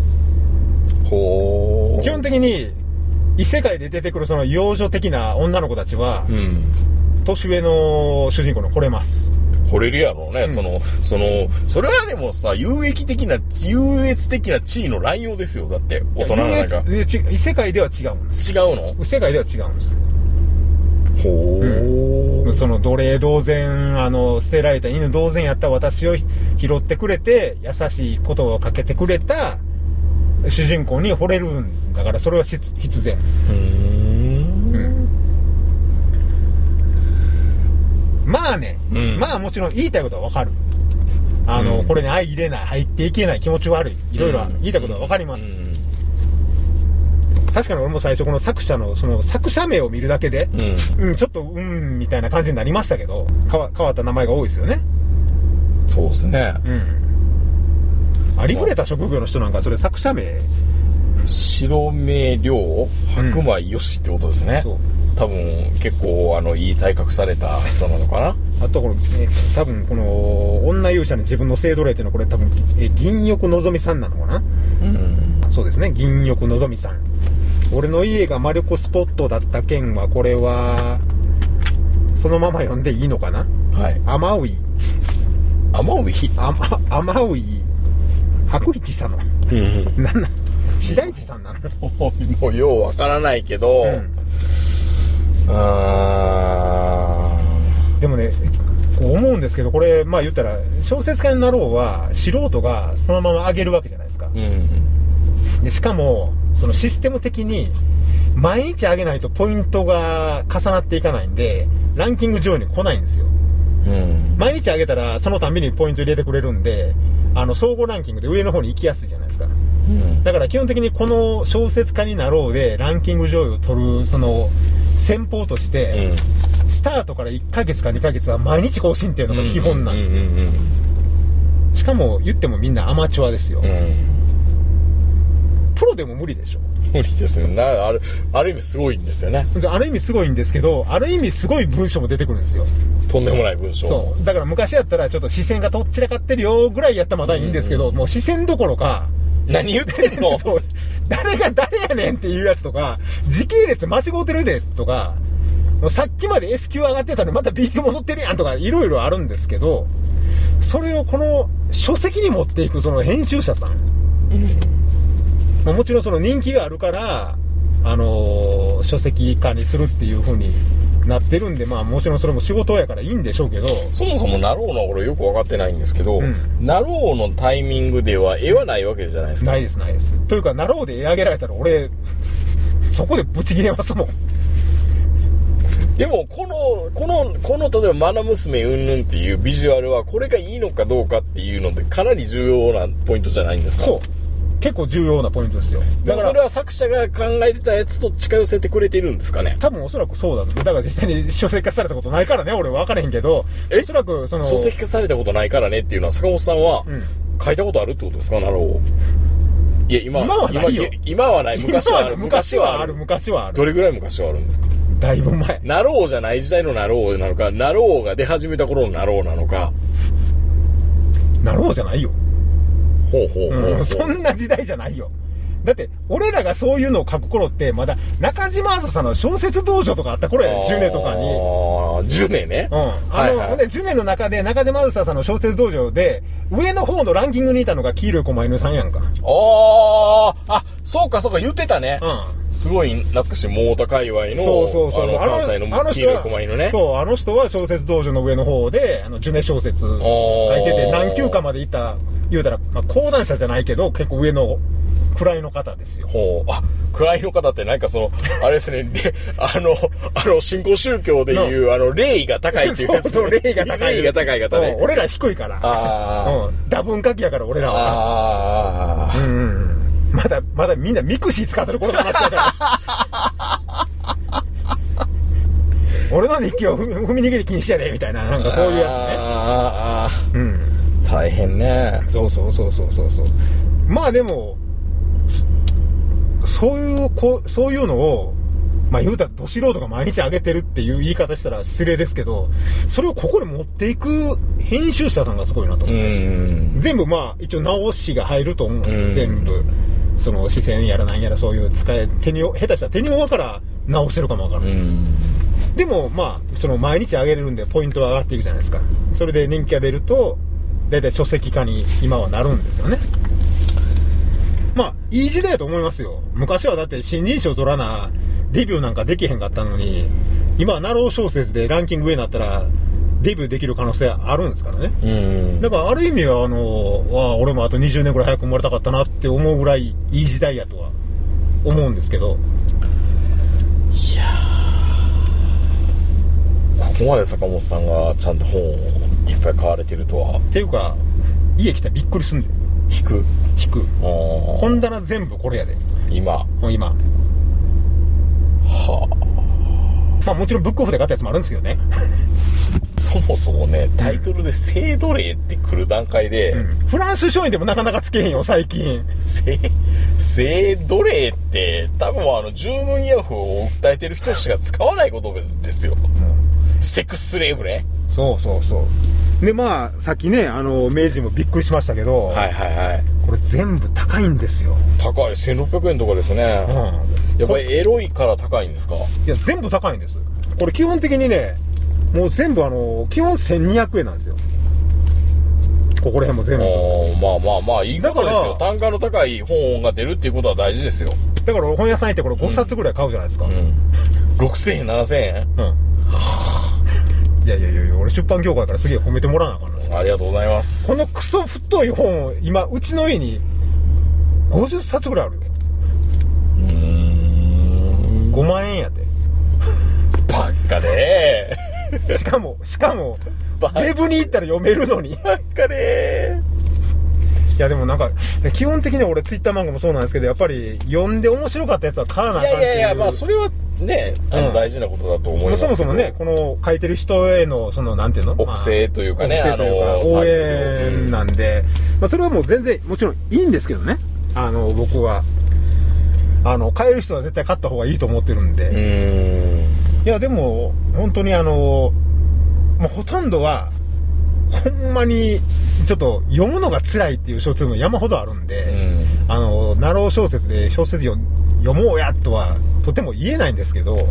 基本的に異世界で出てくるその幼女的な女の子たちは、年上の主人公に惚れます。 惚れるやろうね。それはでもさ、優越的な地位の乱用ですよ。だって、大人の中。 異世界では違うんです。 違うの？ 異世界では違うんです。その奴隷同然、捨てられた犬同然やった私を拾ってくれて、優しいことをかけてくれた主人公に惚れるんだから、それは必然。まあね、まあもちろん言いたいことはわかる。これに相入れない、入っていけない、気持ち悪い、いろいろ言いたいことはわかります。確かに俺も最初この作者のその作者名を見るだけで、ちょっとみたいな感じになりましたけど、変わった名前が多いですよね。 そうですね。 ありふれた職業の人なんかそれ作者名。 白目亮白米よしってことですね。多分結構いい体格された人なのかな。 あとこの、多分この女勇者の自分の性奴隷っていうのはこれ多分銀翼のぞみさんなのかな。そうですね、銀翼のぞみさん。俺の家が魔力スポットだった件はこれはそのまま読んでいいのかな。 はい。 アマウイ白一さんのなんなん白市さんなのもうようわからないけど、 でもね、こう思うんですけど、これまあ言ったら小説家になろうは素人がそのまま上げるわけじゃないですか。でしかもそのシステム的に毎日上げないとポイントが重なっていかないんで、ランキング上位に来ないんですよ。毎日上げたらそのたんびにポイント入れてくれるんで、総合ランキングで上の方に行きやすいじゃないですか。だから基本的にこの小説家になろうでランキング上位を取るその戦法として、スタートから1ヶ月か2ヶ月は毎日更新っていうのが基本なんですよ。しかも言ってもみんなアマチュアですよ。プロでも無理でしょ。 無理ですね。ある意味すごいんですよね。 ある意味すごいんですけど、ある意味すごい文章も出てくるんですよ。 とんでもない文章。 そう。だから昔やったらちょっと視線がとっちらかってるよぐらいやったらまだいいんですけど、もう視線どころか、 何言ってんのそう。誰が誰やねんっていうやつとか、時系列間違うてるでとか、さっきまで S 級上がってたのにまた B 級戻ってるやんとかいろいろあるんですけど、それをこの書籍に持っていくその編集者さん。もちろんその人気があるから、書籍化にするっていう風になってるんで、まあもちろんそれも仕事やからいいんでしょうけど、 そもそもナローの俺よく分かってないんですけど、ナローのタイミングでは絵はないわけじゃないですか。 ないです。というかナローで絵上げられたら俺そこでブチ切れますもん。 でもこの例えばマナ娘うんぬんっていうビジュアルはこれがいいのかどうかっていうのでかなり重要なポイントじゃないんですか。 そう。結構重要なポイントですよ。 だからそれは作者が考えてたやつと近寄せてくれてるんですかね。 多分おそらくそうだと。だから実際に書籍化されたことないからね、俺は分からへんけど、おそらくその書籍化されたことないからねっていうのは坂本さんは書いたことあるってことですか、なるほど。いや今はないよ。今はない。昔はある。 昔はある。 どれぐらい昔はあるんですか。 だいぶ前。 ナローじゃない時代のナローなのか、ナローが出始めた頃のナローなのか。 ナローじゃないよ。 ほう。 そんな時代じゃないよ。 だって、俺らがそういうのを書く頃って、まだ中島あずさの小説道場とかあった頃やね、10年とかに。 10年ね。 うん。で、10年の中で中島あずささんの小説道場で、上の方のランキングにいたのが黄色い狛犬さんやんか。 そうか、言ってたね。うん。すごい懐かしい、モータ界隈の、 そう。 関西の黄色い狛犬ね。 そう、あの人は小説道場の上の方で、ジュネ小説書いてて、何級かまで行った、言うたら、まあ、講談社じゃないけど、結構上の、位の方ですよ。 位の方ってなんかあれですね、新興宗教でいう、霊が高いっていうやつ。 そう、霊が高い方ね。俺ら低いから。多文化期やから、俺らは。まだみんなミクシー使ってる頃の話だから。俺の日記を踏み逃げて禁止やで、みたいな、なんかそういうやつね。 大変ね。 そう。まあでも、そういうのを、まあ言うたらど素人が毎日上げてるっていう言い方したら失礼ですけど、それをここに持っていく編集者さんがすごいなと思う。全部まあ一応直しが入ると思うんですよ、全部。その視線やらなんやらそういう下手したら手に負から直してるかもわからない。でもまあ、その毎日上げれるんでポイントは上がっていくじゃないですか。それで人気が出ると、だいたい書籍化に今はなるんですよね。まあ、いい時代だと思いますよ。昔はだって新人賞取らな、デビューなんかできへんかったのに、今はナロー小説でランキング上になったら、デビューできる可能性あるんですからね。だからある意味は俺もあと20年ぐらい早く生まれたかったなって思うぐらいいい時代やとは思うんですけど。 いやー、ここまで坂本さんがちゃんと本をいっぱい買われてるとは。 っていうか、家来たらびっくりすんで。 引く。 本棚全部これやで。 今。 まあもちろんブックオフで買ったやつもあるんですけどね。 そもそもね、タイトルで制度例って来る段階で、 フランス書院でもなかなかつけへんよ、最近。 制度例って、多分従軍ヤフーを訴えてる人しか使わないことですよ。セックススレーブね。 そう。で、まあ、さっきね、明治もびっくりしましたけど、これ全部高いんですよ。 高い、1600円とかですね。やっぱりエロいから高いんですか？ いや、全部高いんです。これ基本的にね、もう全部基本1200円なんですよ。ここら辺も全部。 まあ、いいことですよ。単価の高い本が出るっていうことは大事ですよ。 だから本屋さん行ってこれ5冊ぐらい買うじゃないですか。 6000円、7000円？ いや、俺出版業界からすげえ褒めてもらわなあかんのですよ。 ありがとうございます。 このクソ太い本、今、うちの家に50冊ぐらいあるよ。5万円やで。 ばっかでしかも、ウェブに行ったら読めるのに。 ばっかでいやでもなんか、基本的には俺ツイッター漫画もそうなんですけど、やっぱり読んで面白かったやつは買わなあかんっていう。 いや、まあそれはね、大事なことだと思いますけど。 そもそもね、この書いてる人への、なんていうの？ お布施というかね、 応援なんで、まあそれはもう全然、もちろんいいんですけどね。僕は。買える人は絶対買った方がいいと思ってるんで。いやでも、本当にもうほとんどは、ほんまに、ちょっと読むのが辛いっていう小説も山ほどあるんで、ナロー小説で小説読もうやとはとても言えないんですけど、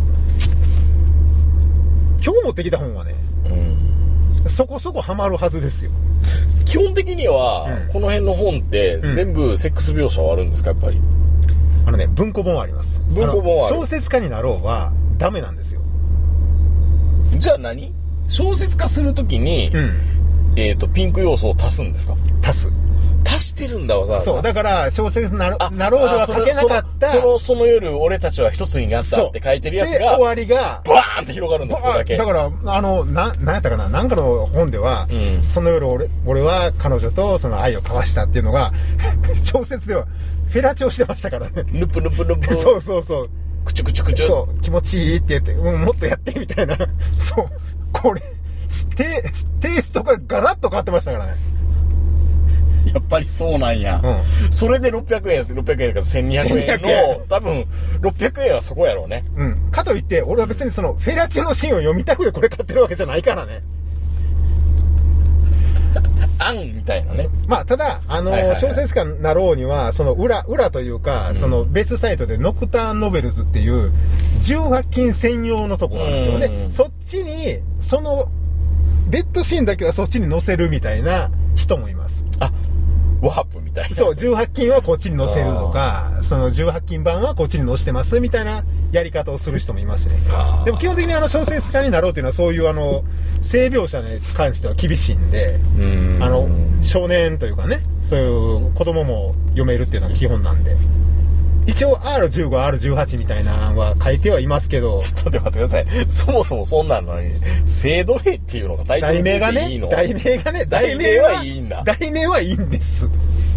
今日持ってきた本はね、そこそこハマるはずですよ。 基本的には、この辺の本って全部セックス描写はあるんですか、やっぱり。 文庫本はあります。 文庫本はある。 小説家になろうはダメなんですよ。 じゃあ何？小説化するときに、ピンク要素を足すんですか？足してるんだわ、さ。 そう、だから小説なろうでは書けなかった。 その夜、俺たちは一つになったって書いてるやつが、 終わりが、 バーンって広がるんです、これだけ。 だから、なんやったかな、なんかの本では、その夜俺は彼女とその愛を交わしたっていうのが、小説では、フェラチオしてましたからね。 ぬぷ。 そう。 くちゅくちゅ。 そう、気持ちいいって言って、もっとやってみたいな。そう、これ、テイストがガラッと変わってましたからね。 やっぱりそうなんや。それで600円です。600円から1200円の、多分、600円はそこやろうね。かといって、俺は別にフェラチオのシーンを読みたくてこれ買ってるわけじゃないからね。 案みたいなね。 まあ、ただ、小説家になろうには、その裏というか、その別サイトでノクターンノベルズっていう、18禁専用のとこがあるんですよね。そっちに、その、ベッドシーンだけはそっちに載せるみたいな人もいます。 あ、ワープみたいな。 そう、18禁はこっちに載せるとか、その18禁版はこっちに載せてますみたいなやり方をする人もいますね。でも基本的に小説家になろうというのはそういう性描写に関しては厳しいんで、少年というかね、そういう子供も読めるっていうのが基本なんで。一応 R15、R18 みたいなのは書いてはいますけど。 ちょっと待ってください。そもそもそんなのに、性奴隷っていうのがタイトルでいいの？ 題名はいいんだ。題名はいいんです。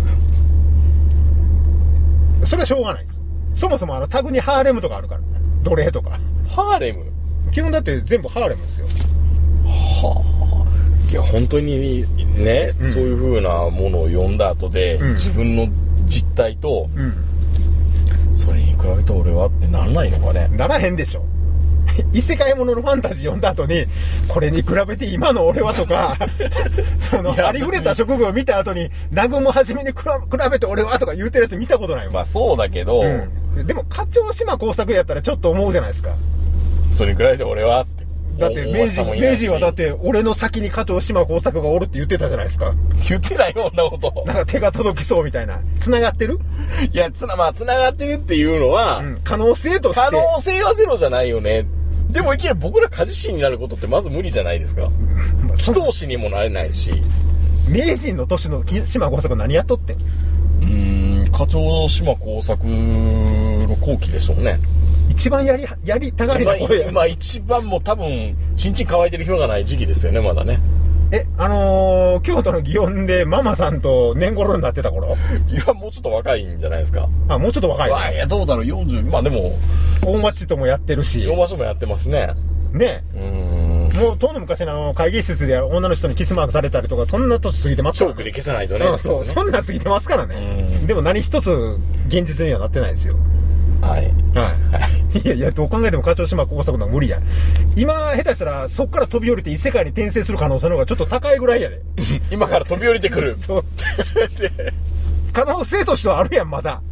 それはしょうがないです。そもそもタグにハーレムとかあるからね。奴隷とか。 ハーレム？ 基本だって全部ハーレムですよ。 はあ。いや、本当にね、そういう風なものを読んだ後で、自分の実態と、それに比べて俺はってならないのかね。 ならへんでしょ。異世界もののファンタジー読んだ後に、これに比べて今の俺はとか、ありふれた職業を見た後に、南雲も初めに比べて俺はとか言うてるやつ見たことないもん。 まあそうだけど、 でも課長島耕作やったらちょっと思うじゃないですか。 それに比べて俺はって。 だって明治はだって俺の先に加藤島耕作がおるって言ってたじゃないですか。 言ってないよ、そんなこと。 なんか手が届きそうみたいな。繋がってる？ いや、繋がってるっていうのは、 可能性として。 可能性はゼロじゃないよね。でもいきなり僕ら家事師になることってまず無理じゃないですか。祈祷師にもなれないし。 名人の年の島耕作何やっとってん？ 課長島耕作の後期でしょうね。 一番やりたがりな声や。 まあ一番も多分、ちんちん乾いてる暇がない時期ですよね、まだね。 京都の祇園でママさんと年頃になってた頃？ いや、もうちょっと若いんじゃないですか。 あ、もうちょっと若い、ね。 いや、どうだろう、40、まあでも。 大町ともやってるし。 大町もやってますね。 ね。もう、とうの昔の会議室で女の人にキスマークされたりとか、そんな年過ぎてますからチョークで消さないとね。 そう、そんな過ぎてますからね。でも何一つ現実にはなってないですよ。 はい。 いや、どう考えても課長島耕作のは無理や。今、下手したら、そっから飛び降りて異世界に転生する可能性の方がちょっと高いぐらいやで。 今から飛び降りてくる。 そう。可能性としてはあるやん、まだ。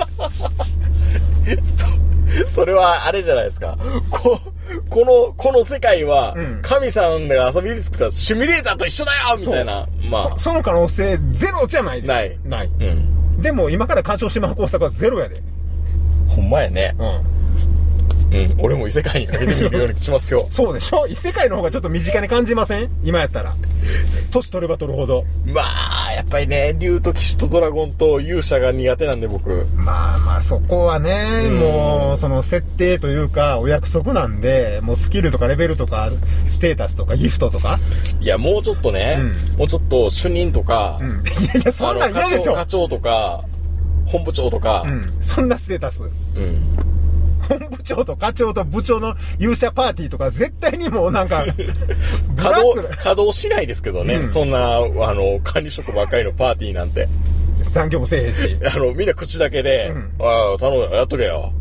それは、あれじゃないですか。この世界は、神さんが遊びに作ったシミュレーターと一緒だよみたいな。まあ。 その可能性ゼロじゃないで。 ない。 でも、今から課長島耕作はゼロやで。 ほんまやね。俺も異世界にかけてみるようにしますよ。 そうでしょ？異世界の方がちょっと身近に感じません？今やったら。年取れば取るほど。 まあ、やっぱりね、竜と騎士とドラゴンと勇者が苦手なんで僕。 まあ、そこはね、もう、その設定というか、お約束なんで、もうスキルとかレベルとか、ステータスとかギフトとか。 いや、もうちょっとね、もうちょっと主任とか、 いや、そんなん嫌でしょ。 課長とか、本部長とか、 そんなステータス。本部長と課長と部長の勇者パーティーとか絶対にもうなんか稼働しないですけどね、そんな管理職ばっかりのパーティーなんて残業もせえへんしみんな口だけで、ああ頼むよ、やっとけよ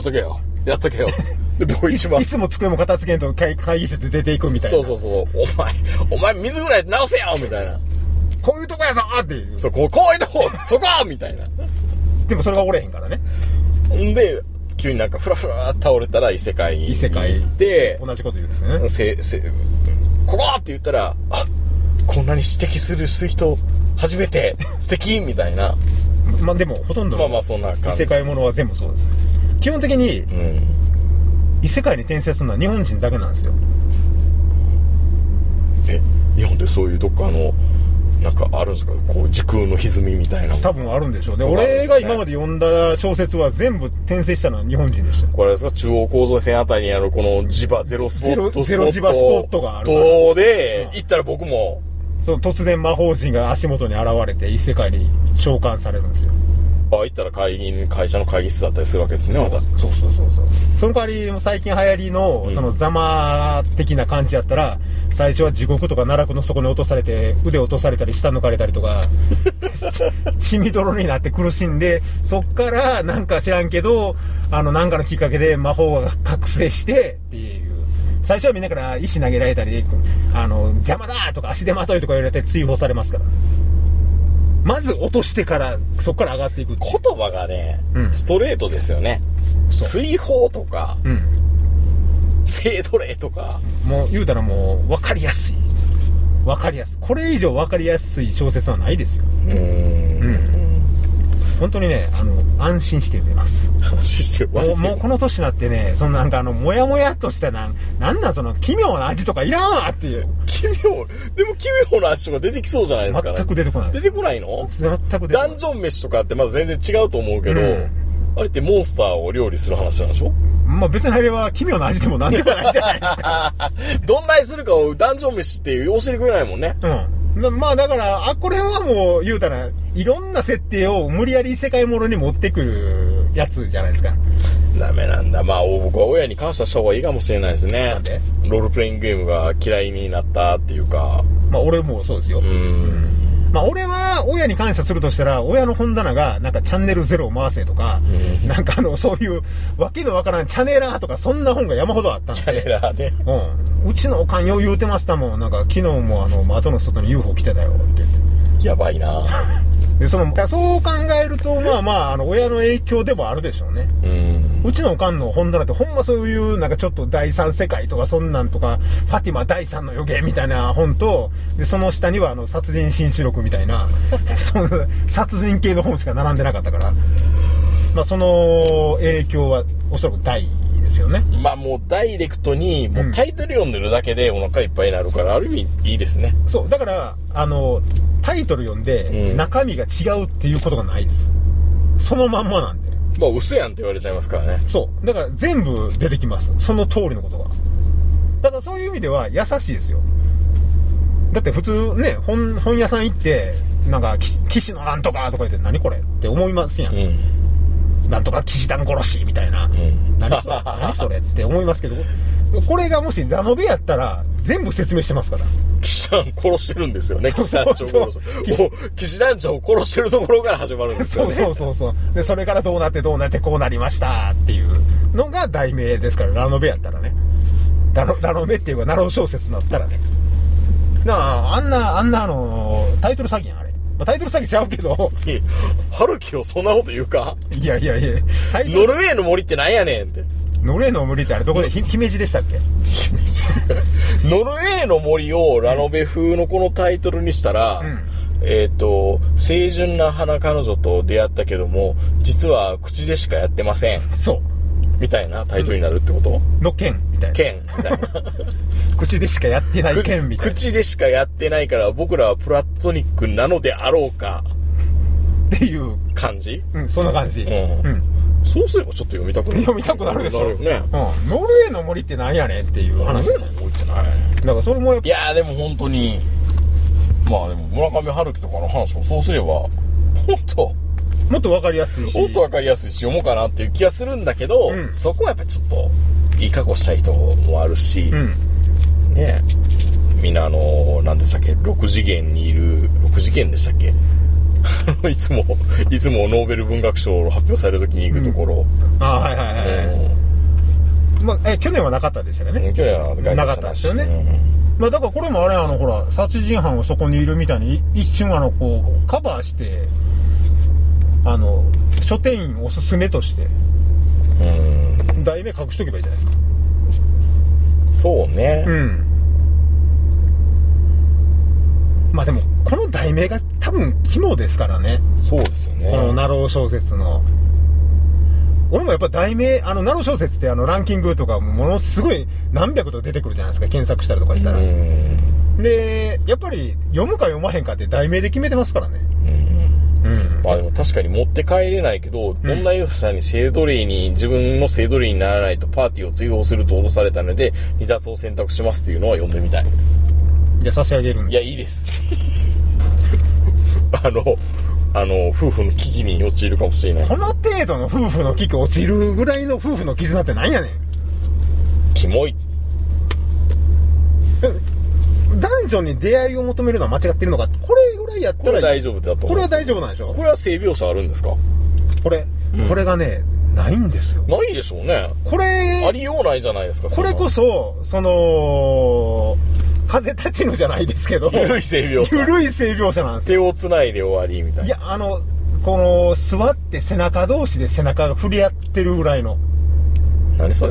で僕一番椅子も机も片付けんと会議室出ていくみたいな。 そうお前水ぐらい直せよみたいな、 こういうとこやぞっていう、 そうこういうとこそこみたいな。でもそれが折れへんからね。 んで急になんかフラフラ倒れたら異世界に行って同じこと言うんですね。 ここって言ったら、あ、こんなに指摘する人初めて素敵みたいな。 まあでもほとんどまあそんな感じ。 異世界ものは全部そうです。基本的に、異世界に転生するのは日本人だけなんですよ。 日本でそういうどっかなんかあるんですか、こう時空の歪みみたいな。 多分あるんでしょうね。俺が今まで読んだ小説は全部転生したのは日本人でした。 これですか、中央構造線あたりにあるこのゼロスポットゼロ磁場スポットがあるとで行ったら僕も突然魔法陣が足元に現れて異世界に召喚されるんですよ。 行ったら会社の会議室だったりするわけですね。 そう。その代わり最近流行りのそのざま的な感じやったら、最初は地獄とか奈落の底に落とされて腕落とされたり下抜かれたりとか血みどろになって苦しんで、そっからなんか知らんけどなんかのきっかけで魔法が覚醒してっていう、 最初はみんなから石投げられたり、邪魔だとか足手まといとか言われて追放されますから。まず落としてから、そこから上がっていく。 言葉がね、ストレートですよね。追放とか、性奴隷とか。 もう言うたらもう分かりやすい。分かりやすい。これ以上分かりやすい小説はないですよ。本当にね、安心して読めます。 安心して読めます。 もうこの年になってね、そのなんかもやもやっとしたその奇妙な味とかいらんわっていう。 でも奇妙な味とか出てきそうじゃないですかね。 全く出てこない。 出てこないの？ 全く出てこない。 ダンジョン飯とかってまだ全然違うと思うけど、あれってモンスターを料理する話なんでしょ？ まあ別にあれは奇妙な味でもなんでもないじゃないですか。 どんなにするかをダンジョン飯って教えてくれないもんね。 まあだから、これはもう言うたら、いろんな設定を無理やり異世界ものに持ってくるやつじゃないですか。 ダメなんだ。まあ僕は親に感謝した方がいいかもしれないですね。 なんで？ ロールプレイングゲームが嫌いになったっていうか。 まあ俺もそうですよ。まあ俺は親に感謝するとしたら、親の本棚がなんかチャンネル0を回せとか、なんかそういうわけのわからんチャネラーとかそんな本が山ほどあったんで。 チャネラーね。 うちのおかんよう言うてましたもん。なんか昨日も窓の外に UFO 来てたよって言って。 やばいな。 で、そう考えると、親の影響でもあるでしょうね。うちのおかんの本棚ってほんまそういうなんかちょっと第三世界とかそんなんとか、ファティマ第三の予言みたいな本と、で、その下には殺人新種録みたいな、その殺人系の本しか並んでなかったから、まあその影響はおそらく大ですよね。 まあもうダイレクトに、もうタイトル読んでるだけでお腹いっぱいになるから、ある意味いいですね。 そう、だから、タイトル読んで、中身が違うっていうことがないです。そのまんまなんで。 まあ嘘やんって言われちゃいますからね。 そう。だから全部出てきます。その通りのことが。だからそういう意味では優しいですよ。だって普通ね、本屋さん行って、なんか、騎士のなんとかとか言って何これって思いますやん。なんとか騎士団殺しみたいな。何それって思いますけど、これがもしラノベやったら全部説明してますから。 騎士団殺してるんですよね。騎士団長を殺す。騎士団長を殺してるところから始まるんですよね。 そう。で、それからどうなってこうなりましたっていうのが題名ですから、ラノベやったらね。ラノベっていうか、ナロー小説だったらね。あんなタイトル詐欺やん、あれ。まあ、タイトル詐欺ちゃうけど。 春樹をそんなこと言うか？ いや。 ノルウェーの森ってなんやねんって。 ノルウェーの森ってあれどこで、姫路でしたっけ？ ノルウェーの森をラノベ風のこのタイトルにしたら、清純な花彼女と出会ったけども、実は口でしかやってません。 そう。 みたいなタイトルになるってこと？ の剣みたいな。 剣みたいな。 口でしかやってない剣みたいな。 口でしかやってないから僕らはプラトニックなのであろうか。 っていう感じ？ そんな感じ。 そうすればちょっと読みたくなるでしょ。 なるよね。 ノルウェーの森って何やねんっていう話。 ノルウェーの森って何やねん。 だからそれもやっぱ。 いやでも本当に、まあでも村上春樹とかの話をそうすれば、もっとわかりやすいし。 もっとわかりやすいし読もうかなっていう気がするんだけど、そこはやっぱちょっといい加工したい人もあるし、ねみんな何でしたっけ、6次元にいる、6次元でしたっけいつもノーベル文学賞を発表される時に行くところ。 まあ、去年はなかったでしたかね。 去年はなかったですよね。まあだからこれもあれほら、殺人犯はそこにいるみたいに一瞬こう、カバーして、書店員おすすめとして、題名隠しとけばいいじゃないですか。 そうね。 まあでも、この題名が多分肝ですからね。 そうですよね。 このナロー小説の。俺もやっぱ題名、ナロー小説ってランキングとかものすごい何百と出てくるじゃないですか、検索したりとかしたら。で、やっぱり読むか読まへんかって題名で決めてますからね。 まあでも確かに持って帰れないけど、女優さんに自分の性奴隷にならないとパーティーを追放すると脅されたので、離脱を選択しますっていうのは読んでみたい。 じゃあ差し上げるんで。 いや、いいです。夫婦の危機に陥るかもしれない。 この程度の夫婦の危機陥るぐらいの夫婦の絆って何やねん。 キモい。 男女に出会いを求めるのは間違ってるのか。これぐらいやったらこれ大丈夫だと思う。 これは大丈夫なんでしょ。 これは性描写あるんですか？ これがね、 ないんですよ。 ないでしょうね。 これ、 ありようないじゃないですか。 これこそ、風立ちぬじゃないですけど。 緩い性描写。 緩い性描写なんですよ。 手を繋いで終わりみたいな。 いや、座って背中同士で背中が触れ合ってるぐらいの。 何それ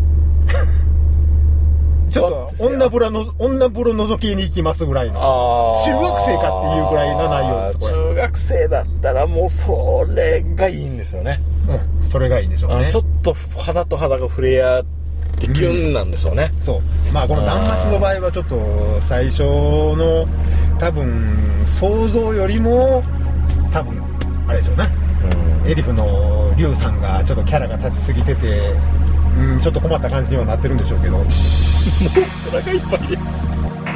ちょっと、女風呂覗きに行きますぐらいの。中学生かっていうぐらいな内容です、これ。 中学生だったらもうそれがいいんですよね。 うん、それがいいんでしょうね。 ちょっと肌と肌が触れ合ってキュンなんでしょうね。 そう。まあこの断末の場合はちょっと最初の多分想像よりも多分あれでしょうね。エリフのリュウさんがちょっとキャラが立ちすぎてて、ちょっと困った感じにはなってるんでしょうけど。もうお腹いっぱいです。